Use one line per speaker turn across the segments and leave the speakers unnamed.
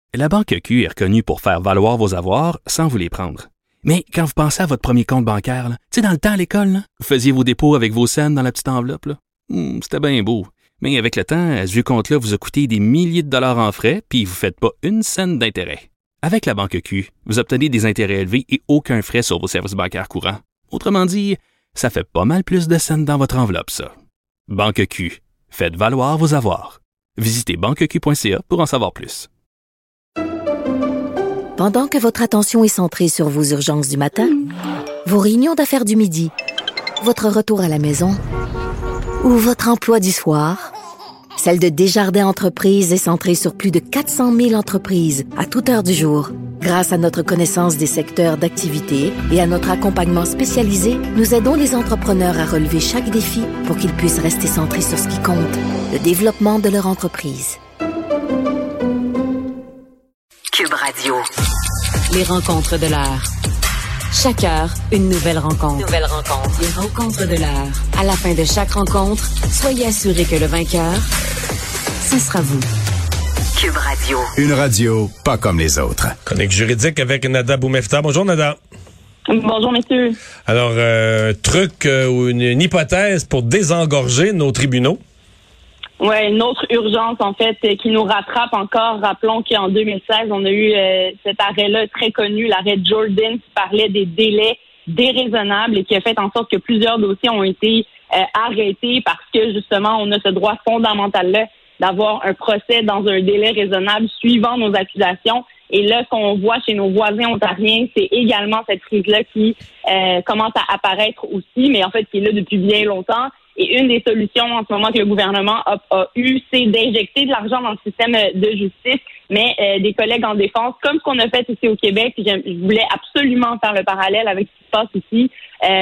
La Banque Q est reconnue pour faire valoir vos avoirs sans vous les prendre. Mais quand vous pensez à votre premier compte bancaire, tu sais, dans le temps à l'école, là, vous faisiez vos dépôts avec vos scènes dans la petite enveloppe. Là. C'était bien beau. Mais avec le temps, ce vieux compte-là vous a coûté des milliers de dollars en frais, puis vous ne faites pas une scène d'intérêt. Avec la Banque Q, vous obtenez des intérêts élevés et aucun frais sur vos services bancaires courants. Autrement dit, ça fait pas mal plus de scènes dans votre enveloppe, ça. Banque Q. Faites valoir vos avoirs. Visitez banqueq.ca pour en savoir plus.
Pendant que votre attention est centrée sur vos urgences du matin, vos réunions d'affaires du midi, votre retour à la maison ou votre emploi du soir, celle de Desjardins Entreprises est centrée sur plus de 400 000 entreprises à toute heure du jour. Grâce à notre connaissance des secteurs d'activité et à notre accompagnement spécialisé, nous aidons les entrepreneurs à relever chaque défi pour qu'ils puissent rester centrés sur ce qui compte, le développement de leur entreprise.
Cube Radio.
Les rencontres de l'heure. Chaque heure, une nouvelle rencontre. Les rencontres de l'heure. À la fin de chaque rencontre, soyez assurés que le vainqueur, ce sera vous.
Cube Radio.
Une radio pas comme les autres.
Chronique juridique avec Nada Boumefta. Bonjour Nada.
Bonjour messieurs.
Alors, truc ou une hypothèse pour désengorger nos tribunaux?
Ouais, une autre urgence en fait qui nous rattrape encore. Rappelons qu'en 2016, on a eu cet arrêt-là très connu, l'arrêt Jordan, qui parlait des délais déraisonnables et qui a fait en sorte que plusieurs dossiers ont été arrêtés parce que justement, on a ce droit fondamental-là d'avoir un procès dans un délai raisonnable suivant nos accusations. Et là, ce qu'on voit chez nos voisins ontariens, c'est également cette crise-là qui commence à apparaître aussi, mais en fait qui est là depuis bien longtemps. Et une des solutions en ce moment que le gouvernement a eu, c'est d'injecter de l'argent dans le système de justice. Mais des collègues en défense, comme ce qu'on a fait ici au Québec, je voulais absolument faire le parallèle avec ce qui se passe ici.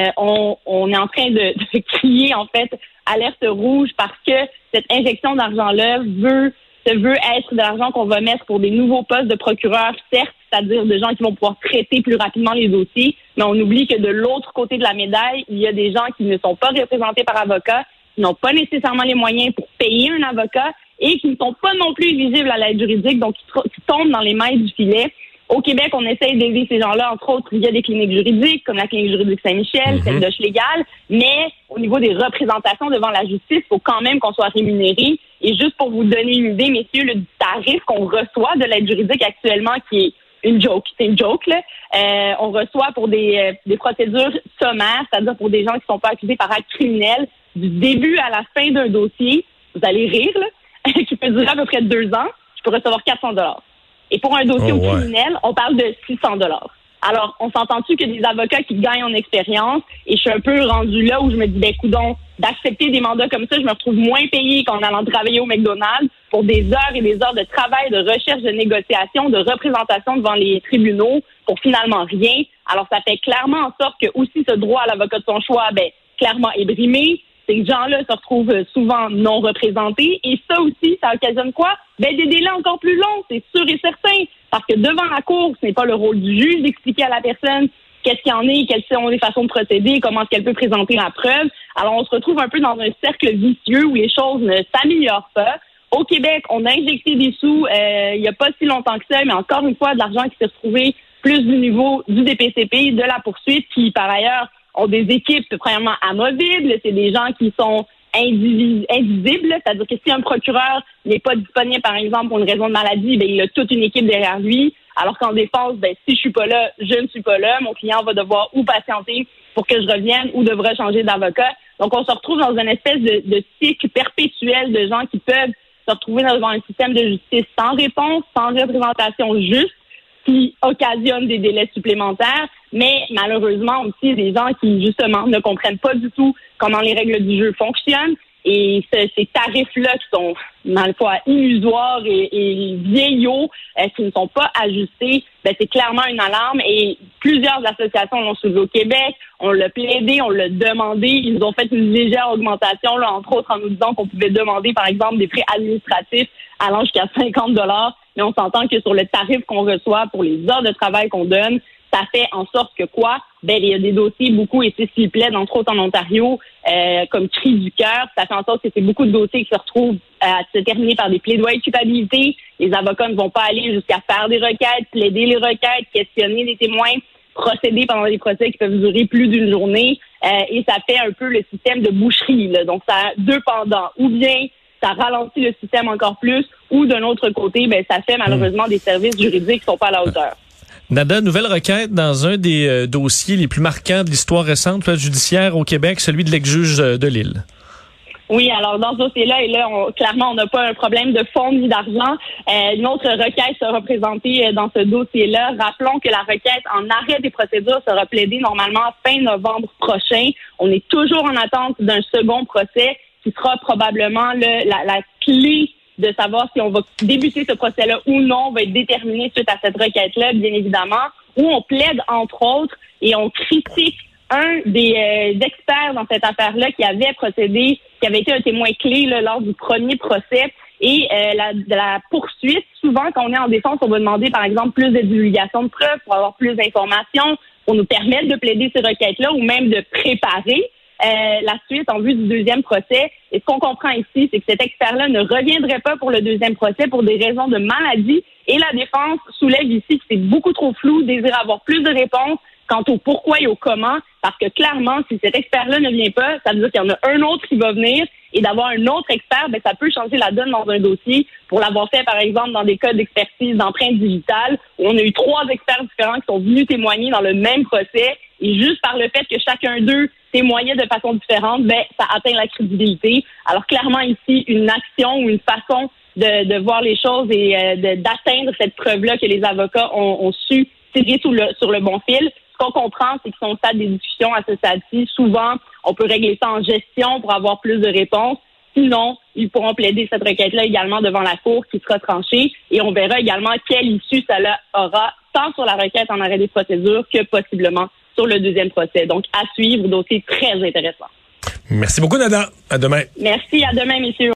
On est en train de crier en fait alerte rouge parce que cette injection d'argent-là veut être de l'argent qu'on va mettre pour des nouveaux postes de procureurs, certes, c'est-à-dire de gens qui vont pouvoir traiter plus rapidement les dossiers, mais on oublie que de l'autre côté de la médaille, il y a des gens qui ne sont pas représentés par avocat, qui n'ont pas nécessairement les moyens pour payer un avocat et qui ne sont pas non plus éligibles à l'aide juridique, donc qui tombent dans les mailles du filet. Au Québec, on essaye d'aider ces gens-là, entre autres, via des cliniques juridiques, comme la clinique juridique Saint-Michel, celle d'Oche Légal, mais au niveau des représentations devant la justice, il faut quand même qu'on soit rémunéré. Et juste pour vous donner une idée, messieurs, le tarif qu'on reçoit de l'aide juridique actuellement, qui est une joke, c'est une joke, là. On reçoit pour des procédures sommaires, c'est-à-dire pour des gens qui ne sont pas accusés par acte criminel, du début à la fin d'un dossier, vous allez rire, là, qui peut durer à peu près 2 ans, je peux recevoir 400 $. Et pour un dossier criminel, on parle de 600 $. Alors, on s'entend-tu que des avocats qui gagnent en expérience, et je suis un peu rendue là où je me dis, ben coudonc, d'accepter des mandats comme ça, je me retrouve moins payée qu'en allant travailler au McDonald's pour des heures et des heures de travail, de recherche, de négociation, de représentation devant les tribunaux pour finalement rien. Alors, ça fait clairement en sorte que aussi ce droit à l'avocat de son choix, ben clairement est brimé. Ces gens-là se retrouvent souvent non représentés. Et ça aussi, ça occasionne quoi? Ben, des délais encore plus longs, c'est sûr et certain. Parce que devant la cour, ce n'est pas le rôle du juge d'expliquer à la personne qu'est-ce qu'il y en est, quelles sont les façons de procéder, comment est-ce qu'elle peut présenter la preuve. Alors, on se retrouve un peu dans un cercle vicieux où les choses ne s'améliorent pas. Au Québec, on a injecté des sous il n'y a pas si longtemps que ça, mais encore une fois, de l'argent qui s'est retrouvé plus du niveau du DPCP, de la poursuite, qui, par ailleurs, ont des équipes, premièrement, amovibles. C'est des gens qui sont indivisibles. C'est-à-dire que si un procureur n'est pas disponible, par exemple, pour une raison de maladie, ben, il a toute une équipe derrière lui. Alors qu'en défense, ben, si je suis pas là, je ne suis pas là. Mon client va devoir ou patienter pour que je revienne ou devra changer d'avocat. Donc, on se retrouve dans une espèce de cycle perpétuel de gens qui peuvent se retrouver devant un système de justice sans réponse, sans représentation juste, qui occasionne des délais supplémentaires, mais malheureusement aussi des gens qui, justement, ne comprennent pas du tout comment les règles du jeu fonctionnent. Et ces tarifs-là qui sont, dans le fois, illusoires et vieillots, qui ne sont pas ajustés, ben, c'est clairement une alarme. Et plusieurs associations l'ont soulevé au Québec. On l'a plaidé, on l'a demandé. Ils ont fait une légère augmentation, là, entre autres en nous disant qu'on pouvait demander, par exemple, des frais administratifs allant jusqu'à 50 $. Mais on s'entend que sur le tarif qu'on reçoit pour les heures de travail qu'on donne, ça fait en sorte que quoi? il y a des dossiers beaucoup, et c'est s'il plaide, entre autres en Ontario, comme cri du cœur. Ça fait en sorte que c'est beaucoup de dossiers qui se retrouvent à se terminer par des plaidoyers de culpabilité. Les avocats ne vont pas aller jusqu'à faire des requêtes, plaider les requêtes, questionner les témoins, procéder pendant des procès qui peuvent durer plus d'une journée. Et ça fait un peu le système de boucherie, là. Donc, ça a deux pendants. Ou bien ça ralentit le système encore plus, ou d'un autre côté, ça fait malheureusement des services juridiques qui sont pas à la hauteur.
Nada, nouvelle requête dans un des dossiers les plus marquants de l'histoire récente judiciaire au Québec, celui de l'ex-juge de Lille.
Oui, alors dans ce dossier-là, et là, clairement, on n'a pas un problème de fonds ni d'argent. Une autre requête sera présentée dans ce dossier-là. Rappelons que la requête en arrêt des procédures sera plaidée normalement fin novembre prochain. On est toujours en attente d'un second procès qui sera probablement la clé de savoir si on va débuter ce procès-là ou non, va être déterminé suite à cette requête-là, bien évidemment, où on plaide, entre autres, et on critique un des experts dans cette affaire-là qui avait procédé, qui avait été un témoin clé lors du premier procès. Et la poursuite, souvent, quand on est en défense, on va demander, par exemple, plus de divulgation de preuves pour avoir plus d'informations, pour nous permettre de plaider ces requêtes-là ou même de préparer la suite en vue du deuxième procès. Et ce qu'on comprend ici, c'est que cet expert-là ne reviendrait pas pour le deuxième procès pour des raisons de maladie. Et la défense soulève ici que c'est beaucoup trop flou, désire avoir plus de réponses quant au pourquoi et au comment, parce que clairement, si cet expert-là ne vient pas, ça veut dire qu'il y en a un autre qui va venir, et d'avoir un autre expert, ça peut changer la donne dans un dossier. Pour l'avoir fait, par exemple, dans des cas d'expertise d'empreinte digitale, où on a eu 3 experts différents qui sont venus témoigner dans le même procès, et juste par le fait que chacun d'eux témoignait de façon différente, ça atteint la crédibilité. Alors clairement ici, une action ou une façon de voir les choses et d'atteindre cette preuve-là que les avocats ont su tirer sur le bon fil. Ce qu'on comprend, c'est qu'ils sont au stade des discussions à ce stade-ci. Souvent, on peut régler ça en gestion pour avoir plus de réponses. Sinon, ils pourront plaider cette requête-là également devant la Cour qui sera tranchée. Et on verra également quelle issue cela aura, tant sur la requête en arrêt des procédures que possiblement sur le deuxième procès. Donc, à suivre, dossier très intéressant.
Merci beaucoup, Nada. À demain.
Merci, à demain, messieurs.